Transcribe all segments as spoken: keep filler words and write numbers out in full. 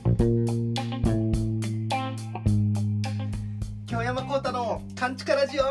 京山幸太のカンチカラジオ。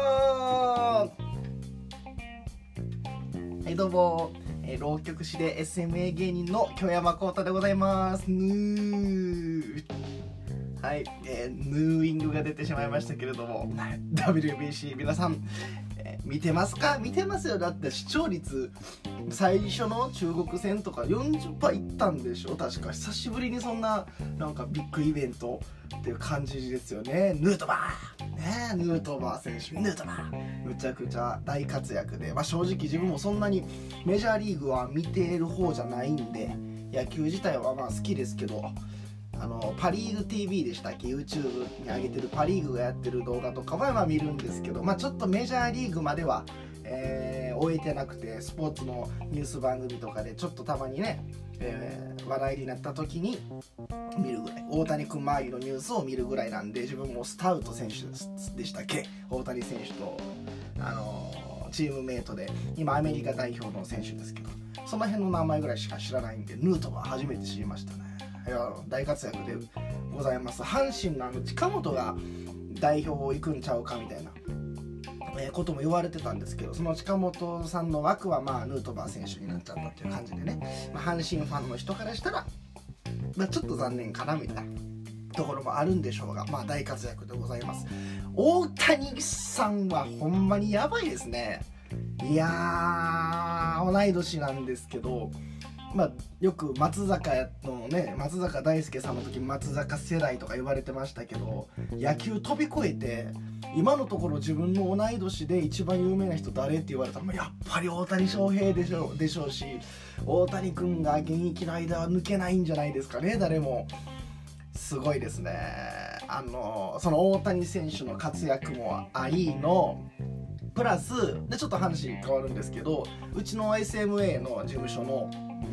はいどうも、えー、浪曲師で エスエムエー 芸人の京山幸太でございます。ぬーはい、えー、ヌーイングが出てしまいましたけれどもダブリュービーシー 皆さん、えー、見てますか？見てますよ。だって視聴率最初の中国戦とか よんじゅっパーセント いったんでしょ。確か久しぶりにそんななんかビッグイベントっていう感じですよね。ヌートバーね、ヌートバー選手、ヌートバーむちゃくちゃ大活躍で、まあ、正直自分もそんなにメジャーリーグは見てる方じゃないんで、野球自体はまあ好きですけど、あのパリーグ ティービー でしたっけ、 YouTube に上げてるパリーグがやってる動画とかはまあ見るんですけど、まあ、ちょっとメジャーリーグまでは、えー、終えてなくて、スポーツのニュース番組とかでちょっとたまにね、えー、話題になった時に見るぐらい、大谷君周りのニュースを見るぐらいなんで、自分もスタウト選手でしたっけ、大谷選手と、あのー、チームメイトで今アメリカ代表の選手ですけど、その辺の名前ぐらいしか知らないんで、ヌートバー初めて知りましたね。いや大活躍でございます。阪神のあの近本が代表行くんちゃうかみたいな、えー、ことも言われてたんですけど、その近本さんの枠はまあヌートバー選手になっちゃったっていう感じでね、まあ、阪神ファンの人からしたら、まあ、ちょっと残念かなみたいなところもあるんでしょうが、まあ大活躍でございます。大谷さんはほんまにやばいですね。いやー同い年なんですけど、まあ、よく松坂のね、松坂大輔さんの時松坂世代とか言われてましたけど、野球飛び越えて今のところ自分の同い年で一番有名な人誰って言われたら、まあ、やっぱり大谷翔平でしょう、でしょうし、大谷君が現役の間は抜けないんじゃないですかね、誰も。すごいですね。あのその大谷選手の活躍もありのプラスで、ちょっと話変わるんですけど、うちの エスエムエー の事務所の、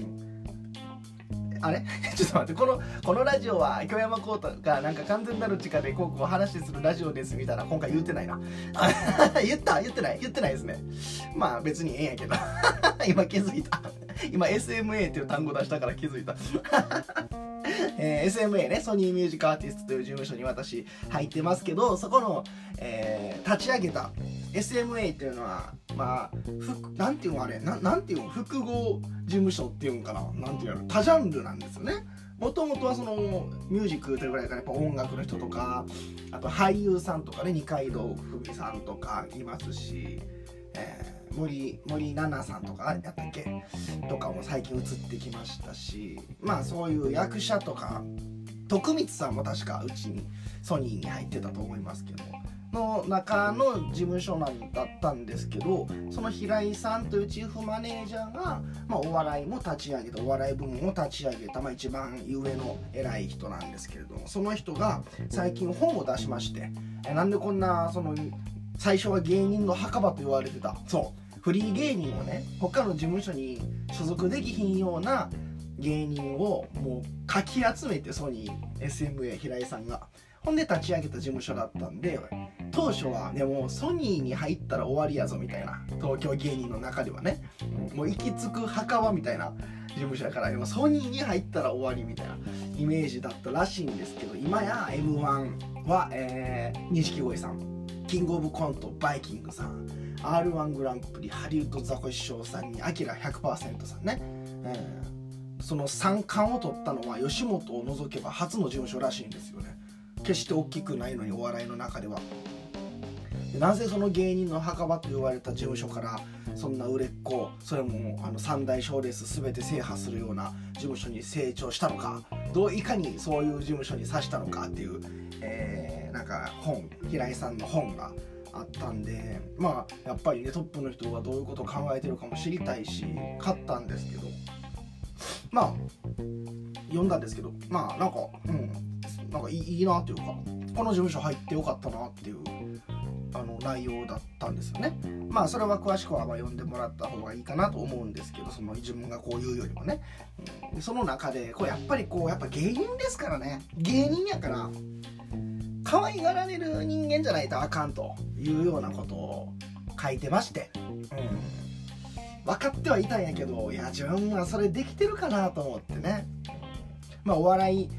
あれちょっと待って、このこのラジオは京山幸太がなんか完全なる力でこうこう話するラジオですみたいな、今回言ってないな言った言ってない言ってないですね。まあ別にええんやけど今気づいた今 エスエムエー っていう単語出したから気づいたえー、エスエムエー ね、ソニーミュージックアーティストという事務所に私入ってますけど、そこの、えー、立ち上げた エスエムエー っていうのは、まあふなんていうのあれななんていうの複合事務所っていうんかな、なんていうの、多ジャンルなんですよね。もともとはそのミュージックというぐらいからやっぱ音楽の人とか、あと俳優さんとかね、二階堂ふみさんとかいますし、えー、森森七菜さんとかやったっけとかも最近映ってきましたし、まあそういう役者とか、徳光さんも確かうちにソニーに入ってたと思いますけどの中の事務所なんだったんですけど、その平井さんというチーフマネージャーが、まあ、お笑いも立ち上げた、お笑い部門を立ち上げた、まあ、一番上の偉い人なんですけれども、その人が最近本を出しまして、えなんでこんなその最初は芸人の墓場と言われてた、そうフリー芸人をね、他の事務所に所属できひんような芸人をもうかき集めて、ソニー エスエムエー 平井さんがほんで立ち上げた事務所だったんで、当初はでもソニーに入ったら終わりやぞみたいな、東京芸人の中ではね、もう行き着く墓場みたいな事務所だから、今ソニーに入ったら終わりみたいなイメージだったらしいんですけど、今や エムワン は、えー、錦鯉さん、キングオブコントバイキングさん、 アールワン グランプリハリウッドザコシショウさんにアキラ ひゃくパーセント さんね、えー、そのさん冠を取ったのは吉本を除けば初の事務所らしいんですよね。決して大きくないのに、お笑いの中では。なぜその芸人の墓場と言われた事務所からそんな売れっ子、それもあの三大賞レース全て制覇するような事務所に成長したのか、どういかにそういう事務所にさしたのかっていう、えー、なんか本、平井さんの本があったんで、まあやっぱりね、トップの人はどういうことを考えてるかも知りたいし買ったんですけど、まあ読んだんですけど、まあなんかうんなんかい い, いいなというか、この事務所入ってよかったなっていうあの内容だったんですよね。まあそれは詳しくはまあ読んでもらった方がいいかなと思うんですけど、その自分がこう言うよりもね、うん、その中でこうやっぱりこうやっぱ芸人ですからね、芸人やから可愛がられる人間じゃないとあかんというようなことを書いてまして、うん、分かってはいたんやけど、いや自分はそれできてるかなと思ってね、まあお笑い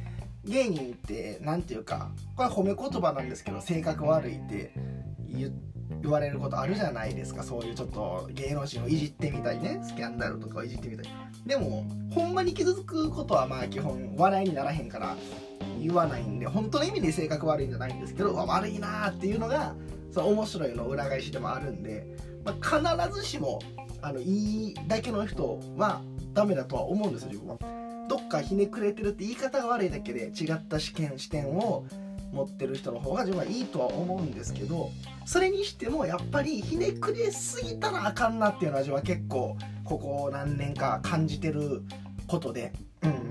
芸人ってなんていうか、これは褒め言葉なんですけど、性格悪いって言言われることあるじゃないですか。そういうちょっと芸能人をいじってみたりね、スキャンダルとかをいじってみたり。でもほんまに傷つくことはまあ基本笑いにならへんから言わないんで、本当の意味で性格悪いんじゃないんですけど、悪いなーっていうのがその面白いの裏返しでもあるんで、まあ、必ずしもあのいいだけの人はダメだとは思うんですよ、自分は。どっかひねくれてるって言い方が悪いだけで、違った視点視点を持ってる人の方が自分はいいとは思うんですけど、それにしてもやっぱりひねくれすぎたらあかんなっていうのは自分は結構ここ何年か感じてることで、うんうん、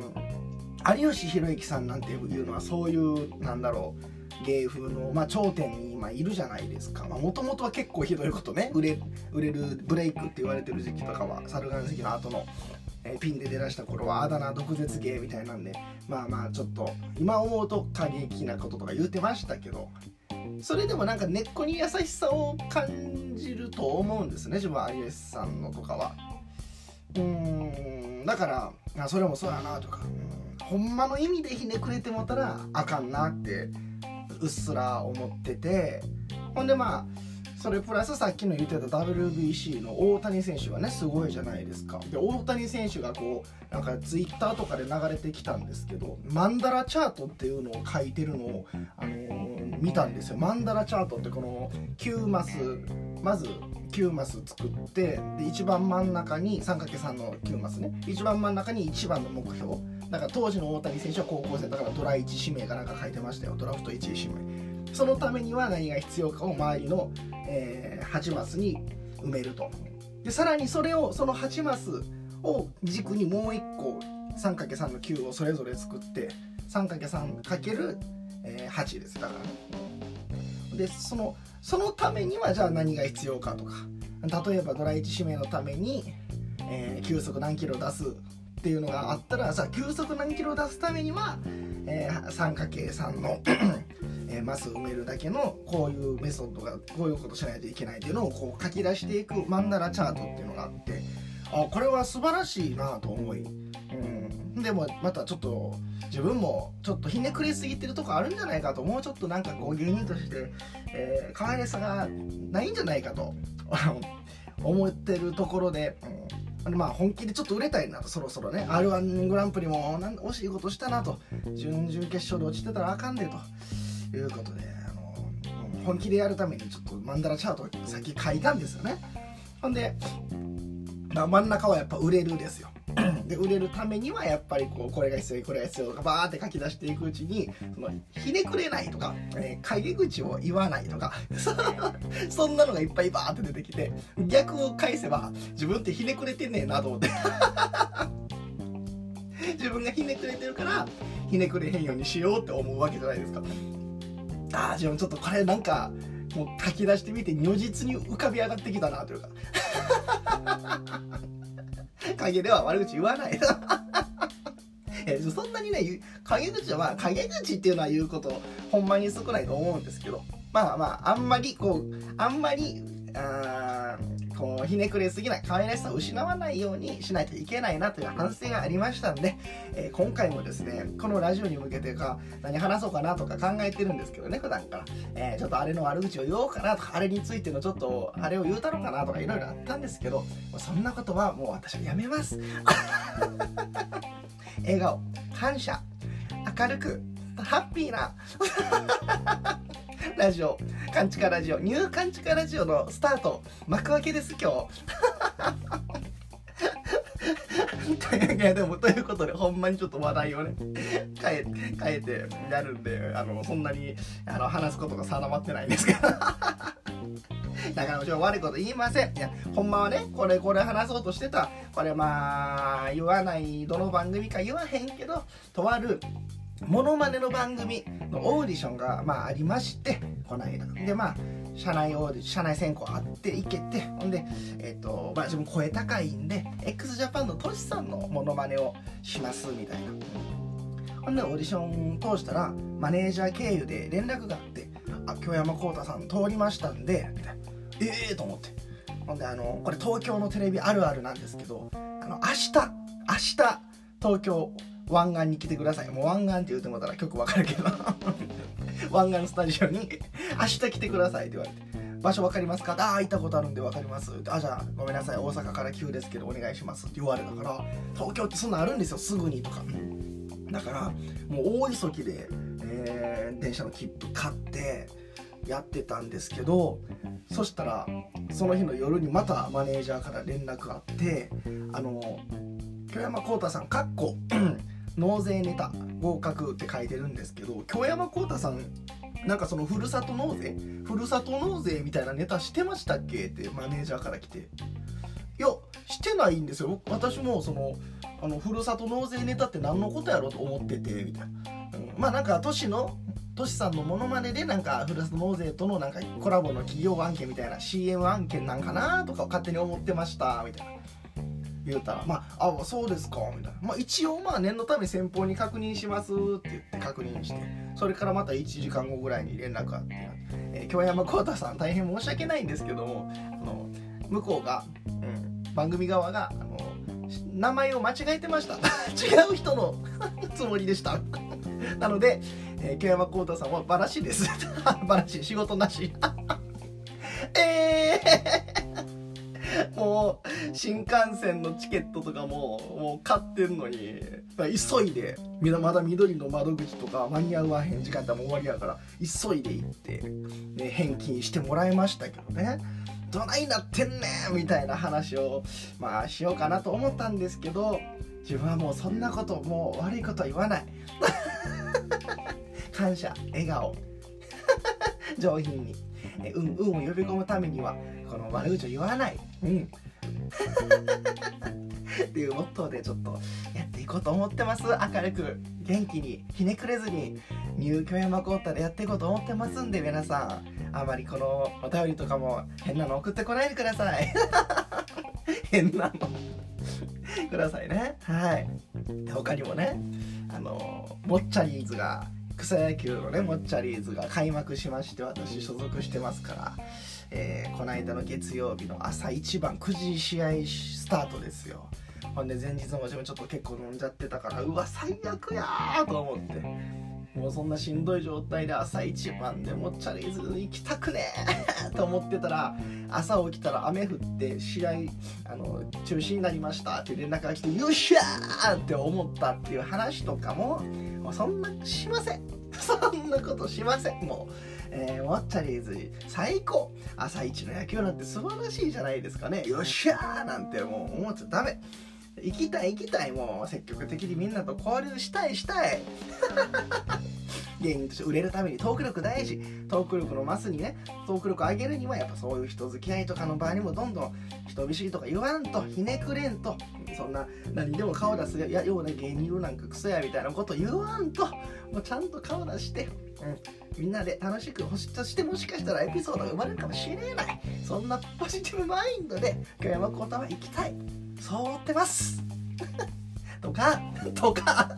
有吉弘行さんなんていうのはそういうなんだろう芸風の、まあ、頂点に今いるじゃないですか。もともとは結構ひどいことね、売れ売れるブレイクって言われてる時期とかは猿岩石の後のえー、ピンで出だした頃はあだ名毒舌芸みたいなんで、まあまあちょっと今思うと過激なこととか言うてましたけど、それでもなんか根っこに優しさを感じると思うんですね、自分は有吉さんのとかは。うーんだからそれもそうやなとか、うんほんまの意味でひねくれてもたらあかんなってうっすら思ってて、ほんでまあそれプラスさっきの言ってた ダブリュービーシー の大谷選手がねすごいじゃないですか。で大谷選手がこうなんかツイッターとかで流れてきたんですけど、マンダラチャートっていうのを書いてるのを、あのー、見たんですよ。マンダラチャートってこのきゅうマス、まずきゅうマス作って、で一番真ん中に さんかけさん のきゅうマスね、一番真ん中に一番の目標だから、当時の大谷選手は高校生だからドラいち指名かなんか書いてましたよ。ドラフトいちい指名。そのためには何が必要かを周りの、えー、はちマスに埋めると。でさらにそれをそのはちマスを軸にもういっこ さんかけさん のきゅうをそれぞれ作って さんかけさんかけるはち ですだからね。でそのそのためにはじゃあ何が必要かとか、例えばドラいち指名のために、えー、球速何キロ出すっていうのがあったらさ、球速何キロ出すためには、えー、さんかけさん のえー、マス埋めるだけのこういうメソッドがこういうことしないといけないっていうのをこう書き出していくマンダラチャートっていうのがあって、あこれは素晴らしいなと思い、うん、でもまたちょっと自分もちょっとひねくれすぎてるとこあるんじゃないかと、もうちょっとなんかこう芸人として、えー、可愛らしさがないんじゃないかと思ってるところで、うん、まあ本気でちょっと売れたいなと、そろそろね アールワン グランプリもなん惜しいことしたなと、準々決勝で落ちてたらあかんでということで、あの本気でやるためにちょっとマンダラチャートを先書いたんですよね。ほんで、まあ、真ん中はやっぱ売れるですよで売れるためにはやっぱりこうこれが必要これが必要とかバーって書き出していくうちに、そのひねくれないとか、えー、陰口を言わないとかそんなのがいっぱいバーって出てきて、逆を返せば自分ってひねくれてんねえなと思って自分がひねくれてるからひねくれへんようにしようって思うわけじゃないですか。ああ自分ちょっとこれなんかもう書き出してみて如実に浮かび上がってきたなというか陰では悪口言わないえそんなにね陰口はまあ陰口っていうのは言うことほんまに少ないと思うんですけど、まあまああんまりこうあんまりあこうひねくれすぎない可愛らしさを失わないようにしないといけないなという反省がありましたんで、えー、今回もですねこのラジオに向けてか何話そうかなとか考えてるんですけどね、普段から、えー、ちょっとあれの悪口を言おうかなとか、あれについてのちょっとあれを言うたろうかなとかいろいろあったんですけど、そんなことはもう私はやめます笑顔、感謝、明るくハッピーなラジオ、カンチカラジオ、ニューカンチカラジオのスタート、幕開けです今日いやでもということでほんまにちょっと話題をね変え変えてやるんで、あのそんなにあの話すことが定まってないんですけどだからもちろん悪いこと言いません。いやほんまはねこれこれ話そうとしてた、これまあ言わないどの番組か言わへんけど、とあるモノマネの番組のオーディションが、まあ、ありまして、この間でまあ社内オーディ社内選考あっていけて、ほんでえっ、ー、とまあ自分声高いんで x ジャパンのトシさんのモノマネをしますみたいな。ほんでオーディション通したらマネージャー経由で連絡があって、あ京山幸太さん通りましたんでみたいな。ええー、と思って、ほんであのこれ東京のテレビあるあるなんですけど、あの明日明日東京湾岸に来てください。もう湾岸って言うてもらったら曲わかるけど湾岸スタジオに明日来てくださいって言われて、場所わかりますか？ああ、行ったことあるんでわかります。あ、じゃあごめんなさい、大阪から急ですけどお願いしますって言われたから、東京ってそんなんあるんですよ、すぐにとか。だからもう大急ぎで、えー、電車の切符買ってやってたんですけど、そしたらその日の夜にまたマネージャーから連絡があって、あの京山幸太さんかっこ納税ネタ合格って書いてるんですけど、京山幸太さんなんかそのふるさと納税ふるさと納税みたいなネタしてましたっけってマネージャーから来て、いやしてないんですよ、私もそのあのふるさと納税ネタって何のことやろうと思っててみたいな、うん、まあなんか都市の都市さんのモノマネでなんかふるさと納税とのなんかコラボの企業案件みたいな シーエム 案件なんかなとか勝手に思ってましたみたいな言うたら、まあ、あ、そうですかみたいな、まあ、一応まあ念のため先方に確認しますって言って確認して、それからまたいちじかんごぐらいに連絡あって、えー、京山幸太さん大変申し訳ないんですけども、あの向こうが、うん、番組側があの名前を間違えてました違う人のつもりでしたなので、えー、京山幸太さんはバラシですバラシ、仕事なしえーもう新幹線のチケットとかももう買ってんのに急いで、まだ緑の窓口とか間に合わへん時間帯も終わりやから急いで行って、ね、返金してもらいましたけどね、どないなってんねんみたいな話をまあしようかなと思ったんですけど、自分はもうそんなこと、もう悪いことは言わない感謝、笑顔上品に運、運を呼び込むためにはこの悪口を言わない、うんっていうモットーでちょっとやっていこうと思ってます。明るく元気にひねくれずにニュー京山幸太でやっていこうと思ってますんで、皆さんあまりこのお便りとかも変なの送ってこないでください変なのくださいね。はい。で他にもね、あのモッチャリーズが草野球のねモッチャリーズが開幕しまして、私所属してますから、えー、この間の月曜日の朝一番くじ試合スタートですよ。ほんで前日も自分ちょっと結構飲んじゃってたから、うわ最悪やーと思って、もうそんなしんどい状態で朝一番でモッチャリーズ行きたくねーと思ってたら、朝起きたら雨降って試合あの中止になりましたって連絡が来て、よっしゃーって思ったっていう話とかも、もうそんなしませんそんなことしません。もう、えー、モッチャリーズ最高、朝一の野球なんて素晴らしいじゃないですかね。よっしゃーなんてもう思っちゃダメ。行きたい行きたい、もう積極的にみんなと交流したいしたい芸人として売れるためにトーク力大事。トーク力のマスにね、トーク力上げるにはやっぱそういう人付き合いとかの場合にもどんどん人見知りとか言わんと、ひねくれんと、そんな何でも顔出すやような芸人なんかクソやみたいなこと言わんと、もうちゃんと顔出して、うん、みんなで楽しく、そしてもしかしたらエピソードが生まれるかもしれない、そんなポジティブマインドで京山幸太は行きたい、そう思ってますとかとか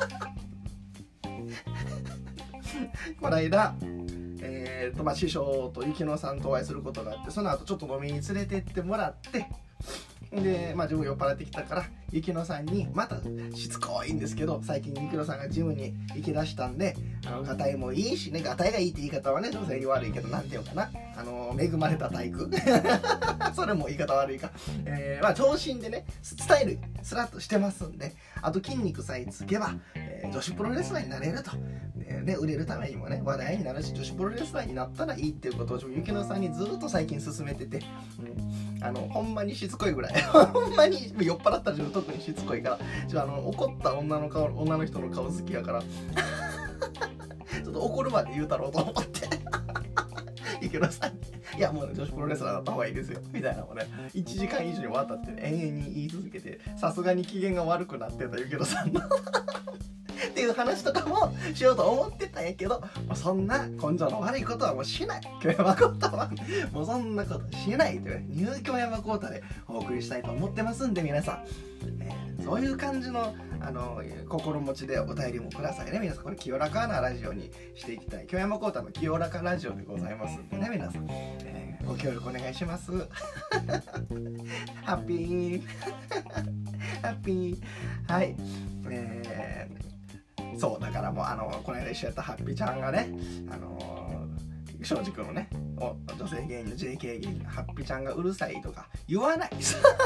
この間、えーとまあ、師匠と雪乃さんとお会いすることがあって、その後ちょっと飲みに連れてってもらって、で、まあ、自分酔っ払ってきたから雪乃さんに、またしつこいんですけど、最近雪乃さんがジムに行きだしたんで、あのガタイもいいしね、ガタイがいいって言い方はね女性に悪いけど、なんていうのかな、あの恵まれた体育それも言い方悪いか、えー、まあ長身でねスタイルスラッとしてますんで、あと筋肉さえつけば、えー、女子プロレスラーになれると、でね、売れるためにもね話題になるし、女子プロレスラーになったらいいっていうことを雪乃さんにずっと最近勧めてて、うん、あのほんまにしつこいぐらいほんまに酔っ払ったら自分特にしつこいから、ちょあの怒った女の顔、女の人の顔好きやからちょっと怒るまで言うたろうと思って池野さんにいやもう、ね、女子プロレスラーだった方がいいですよみたいなのをねいちじかん以上にわたって、ね、延々に言い続けて、さすがに機嫌が悪くなってた池野さんのっていう話とかもしようと思ってたんやけど、そんな根性の悪いことはもうしない、京山幸太はもうそんなことしないという、ニュー京山幸太でお送りしたいと思ってますんで、皆さん、えー、そういう感じのあの心持ちでお便りもくださいね。皆さんこれ清らかなラジオにしていきたい、京山幸太の清らかラジオでございますんでね、皆さん、えー、ご協力お願いしますハッピーハッピーはい、えーそうだからもうあのこの間一緒やったハッピーちゃんがね、あのー、正直のね女性芸人の ジェーケー 芸人のハッピーちゃんがうるさいとか言わない。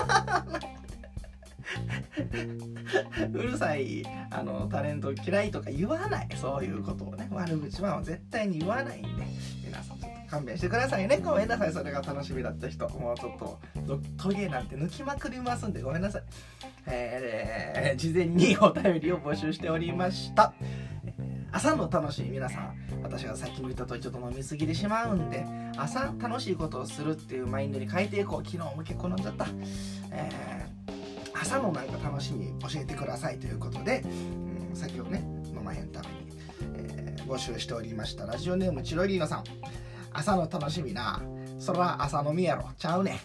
うるさいあのタレント嫌いとか言わない。そういうことをね、悪口は絶対に言わないんで、皆さんちょっと勘弁してくださいね。ごめんなさい、それが楽しみだった人。もうちょっとトゲなんて抜きまくりますんでごめんなさい。えー、事前にお便りを募集しておりました。朝の楽しみ、皆さん、私がさっきも言ったとおりちょっと飲みすぎてしまうんで、朝楽しいことをするっていうマインドに変えていこう。昨日も結構飲んじゃった。えー、朝のなんか楽しみ教えてくださいということで、うん、酒をね飲まへんために、えー、募集しておりました。ラジオネームチロリーノさん、朝の楽しみな、そら朝飲みやろちゃうねん。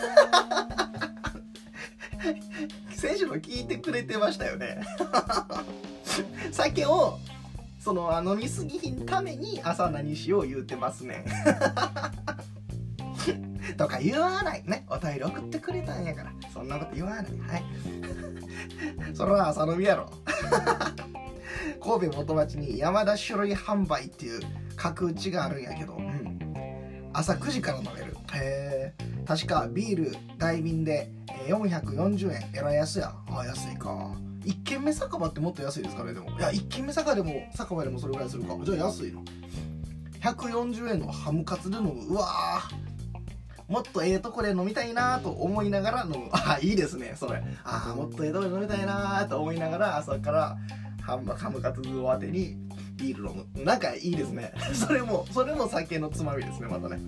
先週の聞いてくれてましたよね。酒をその飲みすぎひんために朝何しよう言うてますねん。とか言わないね。お便り送ってくれたんやからそんなこと言わない。はい。それは朝飲みやろ。神戸元町に山田種類販売っていう角打ちがあるんやけど、うん、朝くじから飲める。へえ。確かビール大瓶でよんひゃくよんじゅうえん。えらい安や。ああ安いか。いっけんめ酒場ってもっと安いですかね。でもいやいっけんめ酒場でも酒場でもそれぐらいするか。じゃあ安いの。ひゃくよんじゅうえんのハムカツで飲む。うわー、もっとええとこで飲みたいなと思いながら飲む。あ、いいですねそれ。あー、もっとええとこで飲みたいなと思いながら朝からハムハムカツを当てにビール飲む。なんかいいですね。それもそれも酒のつまみですね。またね、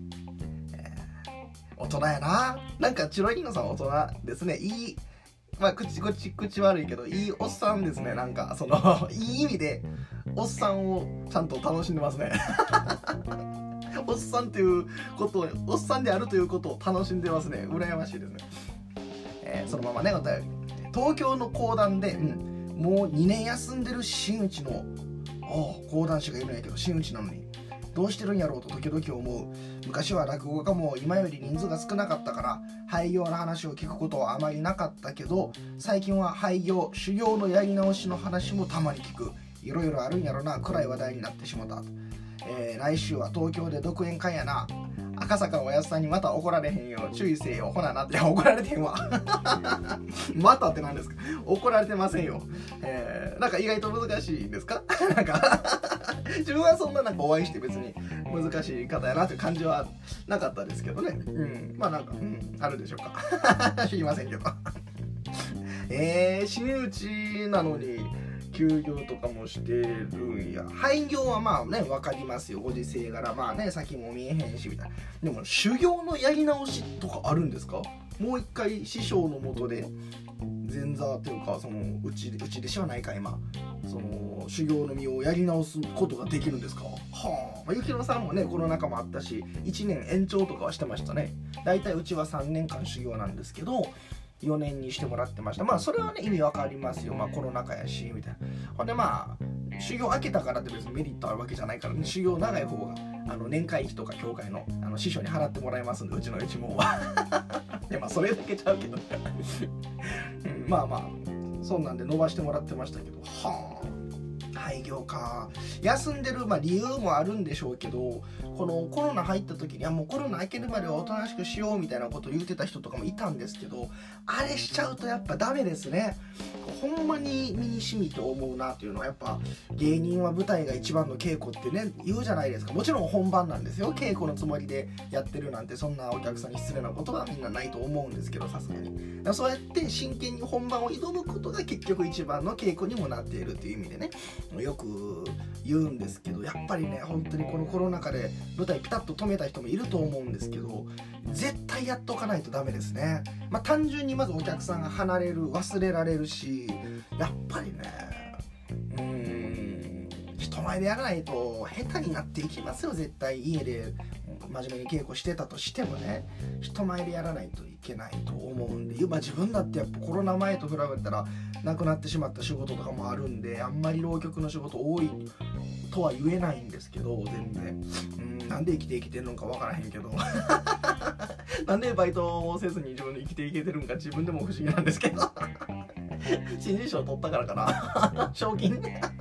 えー、大人やな。なんかチロリーノさん大人ですね。いい、まあ口口口悪いけどいいおっさんですね。なんかそのいい意味でおっさんをちゃんと楽しんでますね。おっさんということをおっさんであるということを楽しんでますね。羨ましいですね。えー、そのままねお便り。東京の講談で、うん、もうにねん休んでる真打ちの講談師がいるんやけど、真打ちなのにどうしてるんやろうと時々思う。昔は落語家も今より人数が少なかったから廃業の話を聞くことはあまりなかったけど、最近は廃業修行のやり直しの話もたまに聞く。いろいろあるんやろな。暗い話題になってしまった。えー、来週は東京で独演会やな。赤坂のおやすさんにまた怒られへんよ注意せよ。ほななって。いや怒られてへんわ。またって何ですか。怒られてませんよ。えー、なんか意外と難しいですか。なんか自分はそんななんかお会いして別に難しい方やなという感じはなかったですけどね。うん、まあなんか、うん、あるでしょうか。知りませんけど。えー、真打ちなのに休業とかもしてるんや。廃業はまあね分かりますよ。ご時世柄まあね先も見えへんしみたいな。でも修行のやり直しとかあるんですか。もう一回師匠のもとで前座というかそのうちうち弟子はないか今その修行の身をやり直すことができるんですか。はあ、まあ、ゆきのさんもねコロナ禍もあったしいちねん延長とかはしてましたね。だいたいうちはさんねんかん修行なんですけどよねんにしてもらってました。まあそれはね意味わかりますよ。まあコロナ禍やしみたいな。ほんでまあ修行明けたからって別にメリットあるわけじゃないからね。修行長い方があの年会費とか教会のあの師匠に払ってもらいますんで、うちの一門は。いやまあそれだけちゃうけど、うん、まあまあそんなんで伸ばしてもらってましたけど、はあ。廃業か。休んでる、まあ、理由もあるんでしょうけど、このコロナ入った時にはもうコロナ明けるまではおとなしくしようみたいなことを言ってた人とかもいたんですけど、あれしちゃうとやっぱダメですね。ほんまに身に染みと思うなというのは、やっぱ芸人は舞台が一番の稽古ってね言うじゃないですか。もちろん本番なんですよ。稽古のつもりでやってるなんてそんなお客さんに失礼なことはみんなないと思うんですけど、さすがにそうやって真剣に本番を挑むことが結局一番の稽古にもなっているという意味でねよく言うんですけど、やっぱりね本当にこのコロナ禍で舞台ピタッと止めた人もいると思うんですけど、絶対やっとかないとダメですね。まあ単純にまずお客さんが離れる、忘れられるし、やっぱりねうーん人前でやらないと下手になっていきますよ。絶対家で真面目に稽古してたとしてもね人前でやらないといけないと思うんで、まあ、自分だってやっぱコロナ前と比べたらなくなってしまった仕事とかもあるんで、あんまり浪曲の仕事多いとは言えないんですけど、全然うんなんで生きていけてるのか分からへんけどなんでバイトをせずに自分で生きていけてるんか自分でも不思議なんですけど新人賞取ったからかな賞金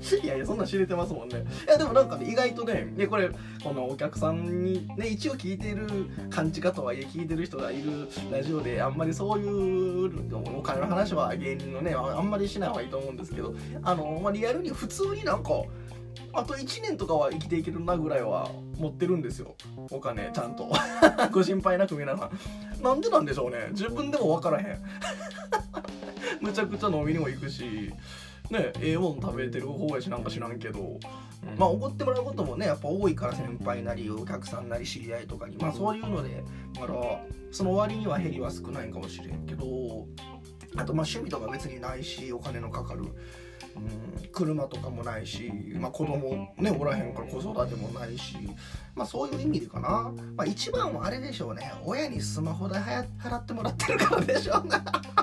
いやいやそんなん知れてますもんね。いやでもなんかね意外とね、ねこれこのお客さんにね一応聞いてる感じかとはいえ聞いてる人がいるラジオであんまりそういうお金の話は芸人のねあんまりしない方がいいと思うんですけど、あの、まあ、リアルに普通になんかあといちねんとかは生きていけるなぐらいは持ってるんですよ、お金ちゃんとご心配なく皆さん。なんでなんでしょうね、自分でも分からへんむちゃくちゃ飲みにも行くしね、ええもん食べてる方やしなんか知らんけど、うん、まあおごってもらうこともねやっぱ多いから、先輩なりお客さんなり知り合いとかにまあそういうので、だからその割には減りは少ないかもしれんけど、あとまあ趣味とか別にないしお金のかかる、うん、車とかもないし、まあ、子供ねおらへんから子育てもないし、まあそういう意味でかな、まあ、一番はあれでしょうね、親にスマホ代払ってもらってるからでしょうな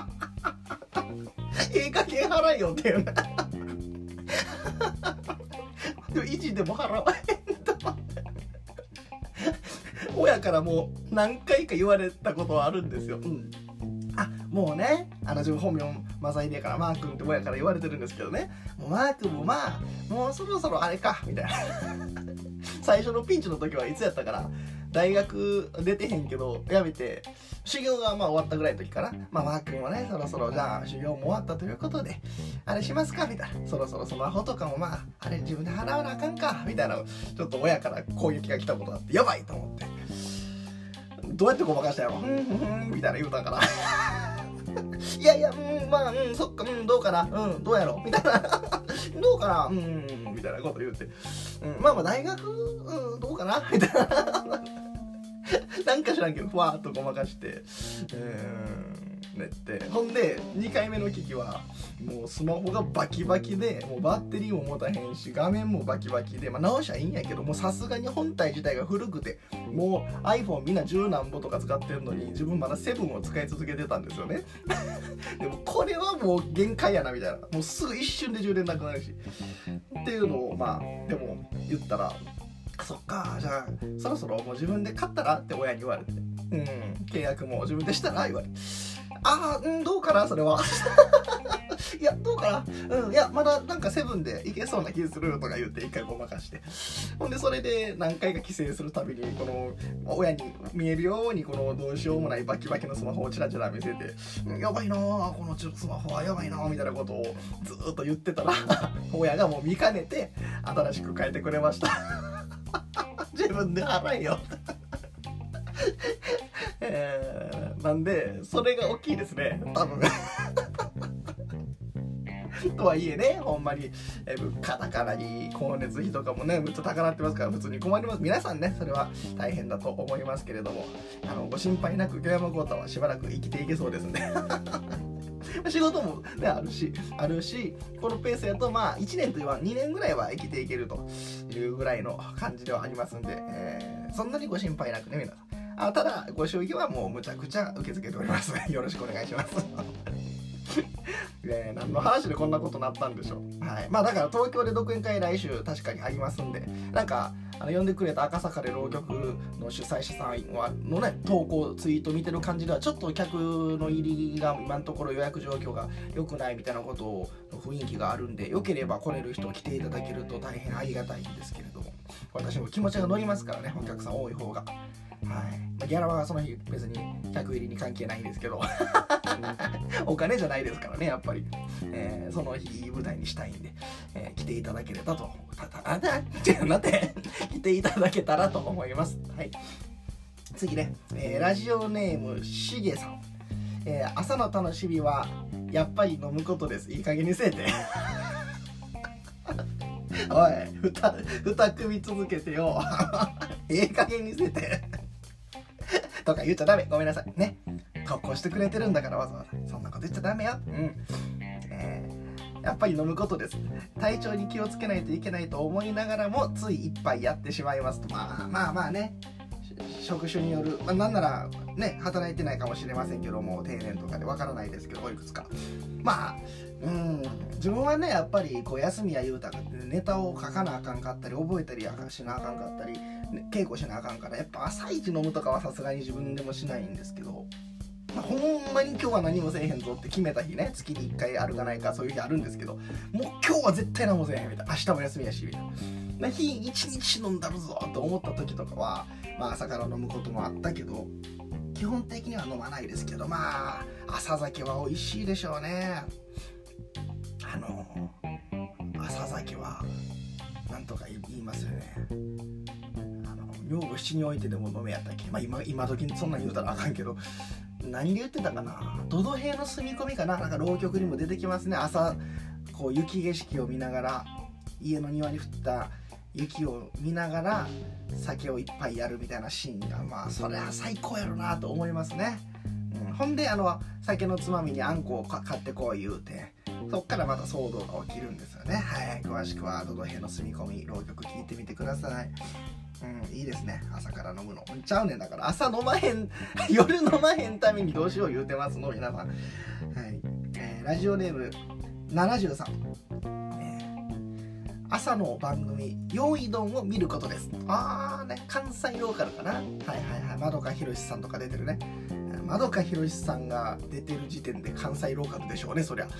ええ加減払えよっていうなでも維持でも払わへんと親からもう何回か言われたことはあるんですよ、うん、あもうねあの自分本名正秀やからマー君って親から言われてるんですけどね、もうマー君もまあもうそろそろあれかみたいな最初のピンチの時はいつやったから大学出てへんけど辞めて修行がまあ終わったぐらいの時かな、まあマー君もねそろそろじゃあ修行も終わったということであれしますかみたいな、そろそろスマホとかもまああれ自分で払わなあかんかみたいなちょっと親から攻撃が来たことがあってやばいと思って、どうやってごまかしたやろ、ふんふんふんみたいな言うたんかないやいやうんまあうんそっかうんどうかなうんどうやろみたいなどうかなうんみたいなこと言うて、うん、まあまあ大学うんどうかなみたいななんか知らんけどふわーっとごまかしてうんねって、ほんでにかいめの機器はもうスマホがバキバキでもうバッテリーも持たへんし画面もバキバキで、まあ、直しゃいいんやけどもさすがに本体自体が古くてもう iPhone みんなじゅうなんぼとか使ってるのに自分まだセブンを使い続けてたんですよねでもこれはもう限界やなみたいな、もうすぐ一瞬で充電なくなるしっていうのをまあでも言ったらそっかじゃあそろそろもう自分で買ったらって親に言われて、うん契約も自分でしたら言われて、ああうんどうかなそれはいやどうかなうんいやまだなんかセブンでいけそうな気するとか言って一回ごまかして、ほんでそれで何回か帰省するたびにこの親に見えるようにこのどうしようもないバキバキのスマホをチラチラ見せて、うん、やばいなこのスマホはやばいなみたいなことをずっと言ってたら親がもう見かねて新しく変えてくれました自分で払えよえー、なんでそれが大きいですね多分とはいえねほんまに、えー、物価高なり光熱費とかもねむっちゃ高なってますから普通に困ります。皆さんねそれは大変だと思いますけれども、あのご心配なく京山幸太はしばらく生きていけそうですね仕事も、ね、あるしあるしこのペースやとまあいちねんと言わんにねんぐらいは生きていけるというぐらいの感じではありますんで、えー、そんなにご心配なくね皆さん。あただご祝儀はもうむちゃくちゃ受け付けておりますよろしくお願いしますえー、何の話でこんなことなったんでしょう。はい、まあだから東京で独演会来週確かにありますんで、なんかあの呼んでくれた赤坂で浪曲の主催者さんはのね投稿ツイート見てる感じではちょっと客の入りが今のところ予約状況が良くないみたいなことを雰囲気があるんで、よければ来れる人来ていただけると大変ありがたいんですけれども、私も気持ちが乗りますからねお客さん多い方が。はいまあ、ギャラはその日別に客入りに関係ないんですけどお金じゃないですからねやっぱり、えー、その日いい舞台にしたいんで、えー、来ていただければとたたあだなんて来ていただけたらと思います。はい、次ね、えー、ラジオネームしげさん、えー、朝の楽しみはやっぱり飲むことです。いい加減にせえておいふた二組続けてよええ加減にせえてとか言っちゃダメ、ごめんなさいね。投稿してくれてるんだからわざわざそんなこと言っちゃダメよ。うん、えー、やっぱり飲むことです。体調に気をつけないといけないと思いながらもつい一杯やってしまいますと。まあまあまあね、職種による、まあ、なんならね働いてないかもしれませんけども定年とかでわからないですけどおいくつか、まあうん自分はねやっぱりこう休みや言うたかってネタを書かなあかんかったり覚えたりしなあかんかったり、ね、稽古しなあかんからやっぱ朝一飲むとかはさすがに自分でもしないんですけど、 ほんまに今日は何もせえへんぞって決めた日ね、月にいっかいあるかないかそういう日あるんですけど、もう今日は絶対何もせえへんみたいな、明日も休みやしみたいな日一日飲んだるぞと思った時とかは、まあ朝から飲むこともあったけど、基本的には飲まないですけど、まあ朝酒は美味しいでしょうね。あの朝酒はなんとか言いますよね。あの女房七においてでも飲めやったっけ、まあ今今時にそんなん言うたらあかんけど、何で言ってたかな、ドド平の住み込みかな、なんか浪曲にも出てきますね。朝こう雪景色を見ながら、家の庭に降った雪を見ながら酒を一杯やるみたいなシーンが、まあそれは最高やろなと思いますね。うん、ほんであの酒のつまみにあんこを買ってこい言うて、そっからまた騒動が起きるんですよね。はい、詳しくはドド平の住み込み浪曲聞いてみてください。うん、いいですね、朝から飲むの。ちゃうねん、だから朝飲まへん夜飲まへんためにどうしよう言うてますの皆さん。はい、えー、ラジオネームななじゅうさん、えー、朝の番組用意丼を見ることです。あーね、関西ローカルかな。はいはいはい、まどかひろしさんとか出てるね。まどかひろしさんが出てる時点で関西ローカルでしょうね、そりゃ。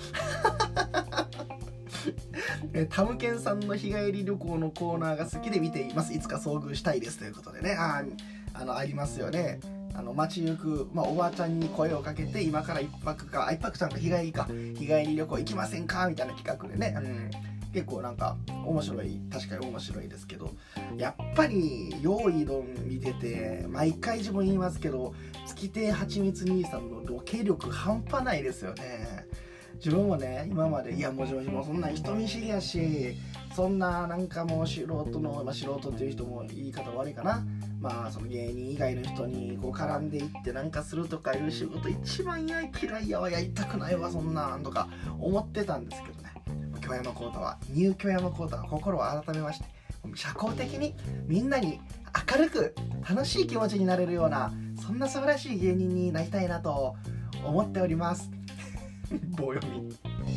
タムケンさんの日帰り旅行のコーナーが好きで見ています。いつか遭遇したいですということでね。ああのありますよね。あの街行く、まあ、おばあちゃんに声をかけて、今から一泊か、あ一泊ちゃんか日帰りか日帰り旅行行きませんかみたいな企画でね、うん、結構なんか面白い、確かに面白いですけど、やっぱり用意どん見てて毎回自分言いますけど、月亭はちみつ兄さんのロケ力半端ないですよね。自分もね今まで、いやもちろんもうそんな人見知りやし、そんななんかもう素人の、まあ、素人っていう人も言い方悪いかな、まあその芸人以外の人にこう絡んでいってなんかするとかいう仕事一番や嫌いやわ、やりたくないわそんなんとか思ってたんですけどね、京山幸太はニュー京山幸太は心を改めまして、社交的にみんなに明るく楽しい気持ちになれるような、そんな素晴らしい芸人になりたいなと思っております。棒読み。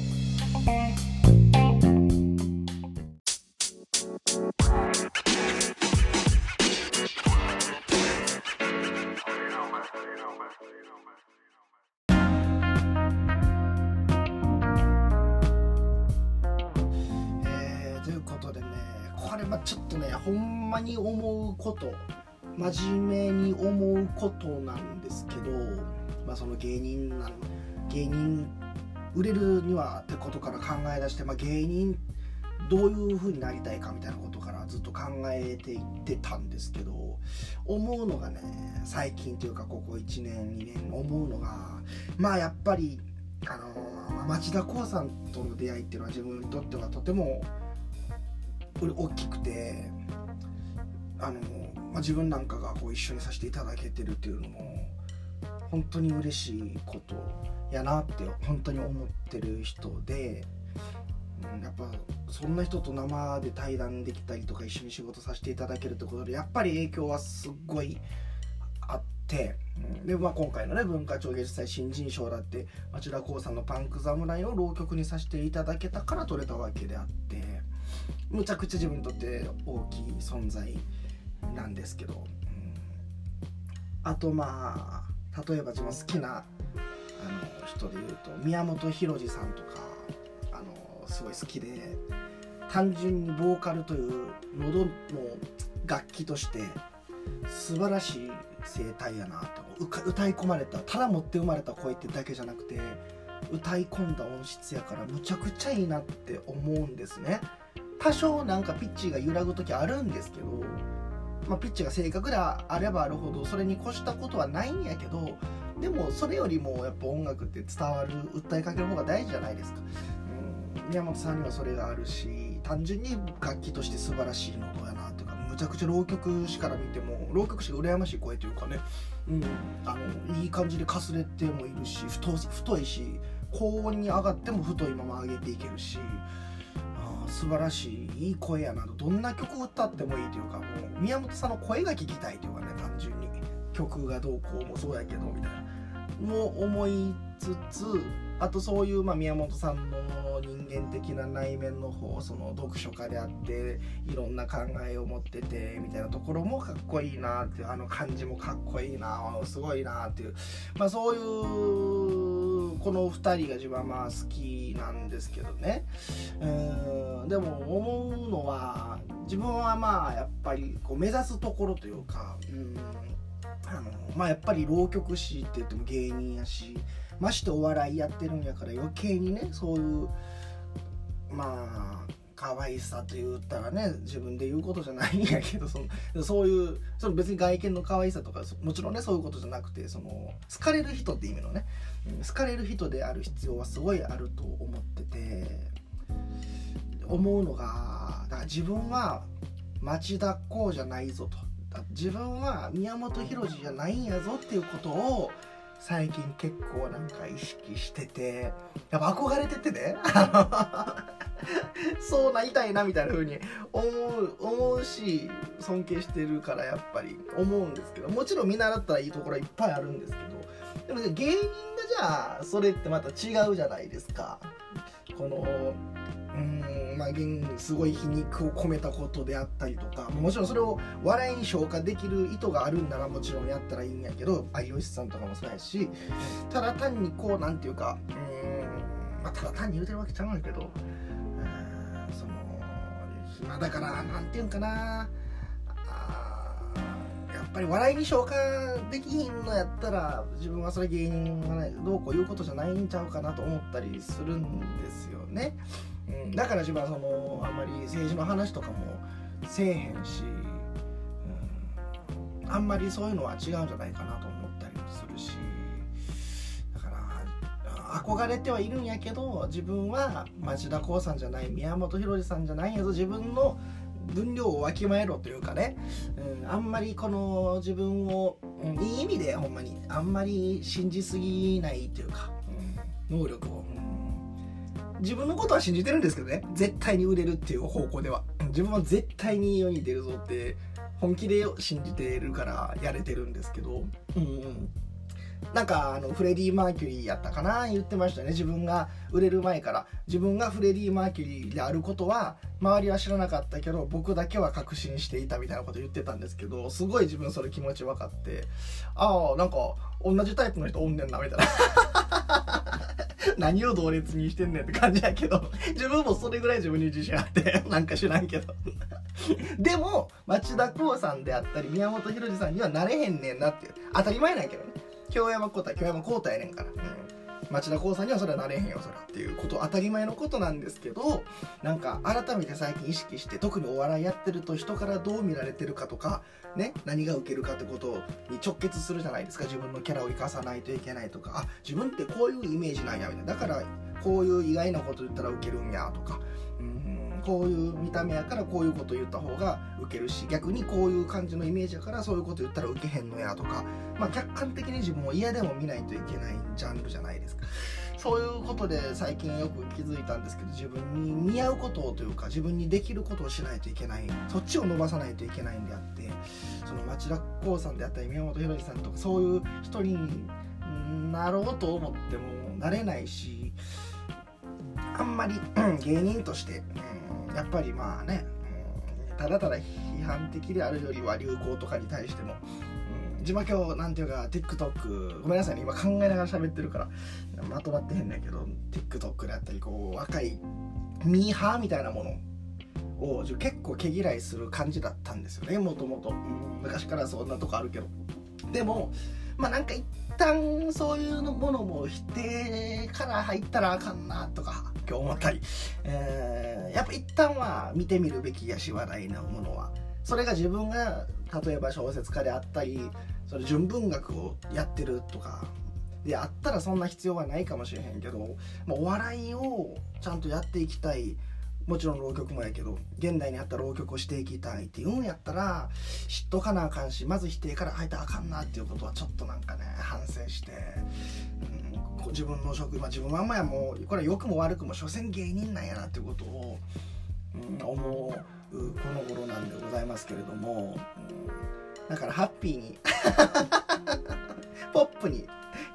えー、ということでね、これはちょっとねほんまに思うこと、真面目に思うことなんですけど、まあその芸人なの芸人売れるにはってことから考え出して、まあ、芸人どういう風になりたいかみたいなことからずっと考えていってたんですけど、思うのがね、最近というかここいちねんにねん思うのが、まあやっぱりあの町田光さんとの出会いっていうのは自分にとってはとても大きくて、あの、まあ、自分なんかがこう一緒にさせていただけてるっていうのも本当に嬉しいことやなって本当に思ってる人で、うん、やっぱそんな人と生で対談できたりとか一緒に仕事させていただけるってことでやっぱり影響はすっごいあって、うん、で、まあ、今回のね文化庁芸術祭新人賞だって町田光さんのパンク侍を浪曲にさせていただけたから取れたわけであって、むちゃくちゃ自分にとって大きい存在なんですけど、うん、あとまあ例えば自分好きなあの人でいうと宮本浩次さんとかあのすごい好きで、単純にボーカルという喉の楽器として素晴らしい声帯やなと、歌い込まれた、ただ持って生まれた声ってだけじゃなくて歌い込んだ音質やからむちゃくちゃいいなって思うんですね。多少なんかピッチが揺らぐ時あるんですけど、まあ、ピッチが正確であればあるほどそれに越したことはないんやけど、でもそれよりもやっぱ音楽って伝わる、訴えかける方が大事じゃないですか。うん、宮本さんにはそれがあるし、単純に楽器として素晴らしい喉やなというか、むちゃくちゃ浪曲師から見ても浪曲師が羨ましい声というかね、うん、あのいい感じでかすれてもいるし、太い、太いし高音に上がっても太いまま上げていけるし、あ素晴らしいいい声やなと、どんな曲歌ってもいいというか、もう宮本さんの声が聞きたいというかね、単純に曲がどうこうもそうやけどみたいなも思いつつ、 あとそういう、まあ、宮本さんの人間的な内面の方、その読書家であっていろんな考えを持っててみたいなところもかっこいいなっていう、あの感じもかっこいいな、すごいなっていう、まあ、そういうこのふたりが自分はまあ好きなんですけどね。うーんでも思うのは、自分はまあやっぱりこう目指すところというか、うんあのまあやっぱり浪曲師って言っても芸人やし、ましてお笑いやってるんやから余計にね、そういうまあ可愛さと言ったらね、自分で言うことじゃないんやけど、そのそういうその別に外見の可愛さとかもちろんねそういうことじゃなくて、その好かれる人って意味のね、うん、好かれる人である必要はすごいあると思ってて、思うのが、だから自分は町田公じゃないぞと、自分は宮本浩次じゃないんやぞっていうことを最近結構なんか意識してて、やっぱ憧れててねそうなりたいなみたいな風に思う思うし、尊敬してるからやっぱり思うんですけど、もちろん見習ったらいいところはいっぱいあるんですけど、でも芸人がじゃあそれってまた違うじゃないですか。このうーんまあすごい皮肉を込めたことであったりとか、もちろんそれを笑いに消化できる意図があるんならもちろんやったらいいんやけど、有吉さんとかもそうやし、ただ単にこうなんていうか、うーん、まあ、ただ単に言うてるわけちゃうんやけど、うーんその暇だからなんていうんかな、やっぱり笑いに消化できひんのやったら自分はそれ芸人がねどうこう言うことじゃないんちゃうかなと思ったりするんですよね。うん、だから自分はそのあんまり政治の話とかもせえへんし、うん、あんまりそういうのは違うんじゃないかなと思ったりもするし、だから憧れてはいるんやけど、自分は町田光さんじゃない、宮本浩次さんじゃないんやぞ、自分の分量をわきまえろというかね、うん、あんまりこの自分を、うん、いい意味でほんまにあんまり信じすぎないというか、うん、能力を、うん、自分のことは信じてるんですけどね、絶対に売れるっていう方向では自分は絶対に世に出るぞって本気で信じてるからやれてるんですけど、うん、なんかあのフレディ・マーキュリーやったかな言ってましたね。自分が売れる前から自分がフレディ・マーキュリーであることは周りは知らなかったけど僕だけは確信していたみたいなこと言ってたんですけど、すごい自分それ気持ち分かって、ああなんか同じタイプの人おんねんなみたいな何を同列にしてんねんって感じやけど、自分もそれぐらい自分に自信あってなんか知らんけどでも町田光さんであったり宮本浩次さんにはなれへんねんなっていう、当たり前なんやけどね、京山幸太京山幸太やねんから、うん、町田光さんにはそれはなれへんよそらっていうこと当たり前のことなんですけど、なんか改めて最近意識して、特にお笑いやってると人からどう見られてるかとかね、何がウケるかってことに直結するじゃないですか。自分のキャラを生かさないといけないとか、あ自分ってこういうイメージなんやみたいな、だからこういう意外なこと言ったらウケるんやとか、うんこういう見た目やからこういうこと言った方がウケるし、逆にこういう感じのイメージやからそういうこと言ったらウケへんのやとか、まあ客観的に自分を嫌でも見ないといけないジャンルじゃないですか。そういうことで最近よく気づいたんですけど、自分に似合うことをというか自分にできることをしないといけない、そっちを伸ばさないといけないんであって、その町田光さんであったり宮本浩次さんとかそういう人になろうと思ってもなれないし、あんまり芸人として、うん、やっぱりまあね、うん、ただただ批判的であるよりは流行とかに対しても、うん、自分は今日なんていうか TikTok ごめんなさいね今考えながら喋ってるからまとまってへんねんけど、 TikTok であったりこう若いミーハーみたいなものを結構毛嫌いする感じだったんですよね、もともと昔からそんなとこあるけど。でもまあなんか一旦そういうものも否定から入ったらあかんなとか今日思ったり、えー、やっぱ一旦は見てみるべきやし、話題のものはそれが自分が例えば小説家であったりそれ純文学をやってるとかであったらそんな必要はないかもしれへんけど、まあ、お笑いをちゃんとやっていきたい、もちろん浪曲もやけど現代にあった浪曲をしていきたいっていうんやったら知っとかなあかんし、まず否定から入ったらあかんなっていうことはちょっとなんかね反省して、うん、自分の職、まあ、自分はまあもうこれは良くも悪くも所詮芸人なんやなっていうことを、うん、思うこの頃なんでございますけれども、うん、だからハッピーにポップに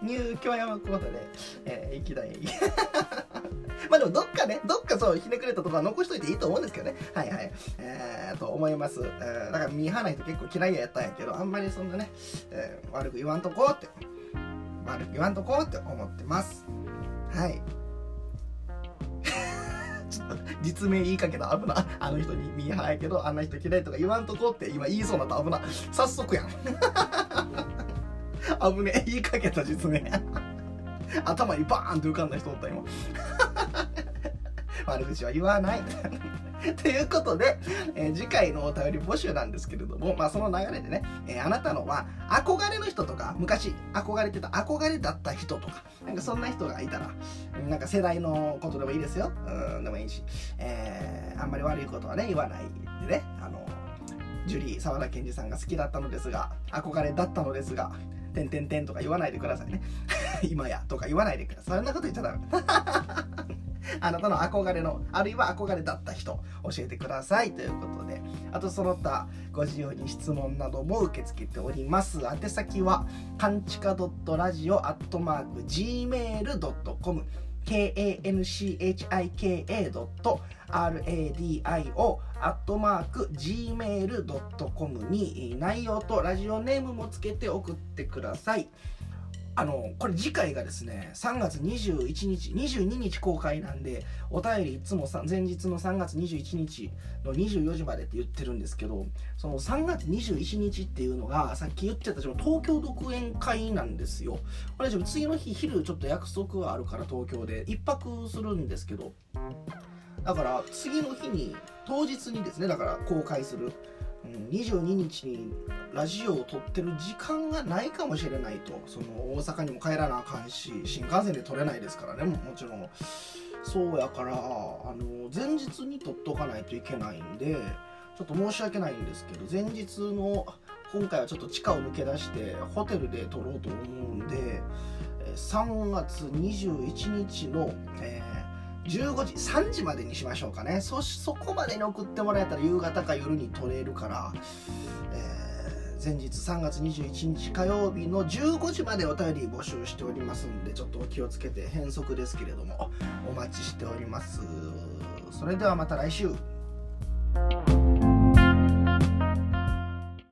ニュー京山コートで、えー、行きたいまあでもどっかねどっかそうひねくれたところは残しといていいと思うんですけどね。はいはい、えー、と思います、えー、だからミーハーな人結構嫌いやったんやけど、あんまりそんなね、えー、悪く言わんとこうって悪く言わんとこうって思ってます。はいちょっと実名言いかけた危な。あの人にミーハーやけどあんな人嫌いとか言わんとこうって今言いそうになった。危な。早速やん危ねえ言いかけた実名頭にバーンと浮かんだ人おった今悪口は言わないということで、えー、次回のお便り募集なんですけれども、まあその流れでね、えー、あなたのは憧れの人とか昔憧れてた憧れだった人とかなんかそんな人がいたらなんか世代のことでもいいですよ。うんでもいいし、えー、あんまり悪いことはね言わないでね、あのジュリー沢田研二さんが好きだったのですが憧れだったのですがてんてんてんとか言わないでくださいね今やとか言わないでください。そんなこと言っちゃダメあなたの憧れのあるいは憧れだった人教えてくださいということで、あとその他ご自由に質問なども受け付けております。宛先はかんちか .radio アットマーク ジーメールドットコム ケーエーエヌシーエイチアイケーエードットアールエーディーアイオー アットマーク ジーメールドットコム に内容とラジオネームもつけて送ってください。あのこれ次回がですねさんがつにじゅういちにちにじゅうににち公開なんで、お便りいつも前日のさんがつにじゅういちにちのにじゅうよじまでって言ってるんですけど、そのさんがつにじゅういちにちっていうのがさっき言ってた東京独演会なんですよ。これ次の日昼ちょっと約束があるから東京で一泊するんですけど、だから次の日に当日にですねだから公開するにじゅうににちにラジオを撮ってる時間がないかもしれないと。その大阪にも帰らなあかんし新幹線で撮れないですからね も, もちろんそうやからあの前日に撮っとかないといけないんでちょっと申し訳ないんですけど、前日の今回はちょっと地下を抜け出してホテルで撮ろうと思うんでさんがつにじゅういちにちの、えーじゅうごじさんじまでにしましょうかね。 そ, そこまでに送ってもらえたら夕方か夜に撮れるから、えー、前日さんがつにじゅういちにち火曜日のじゅうごじまでお便り募集しておりますんで、ちょっとお気をつけて変則ですけれどもお待ちしております。それではまた来週。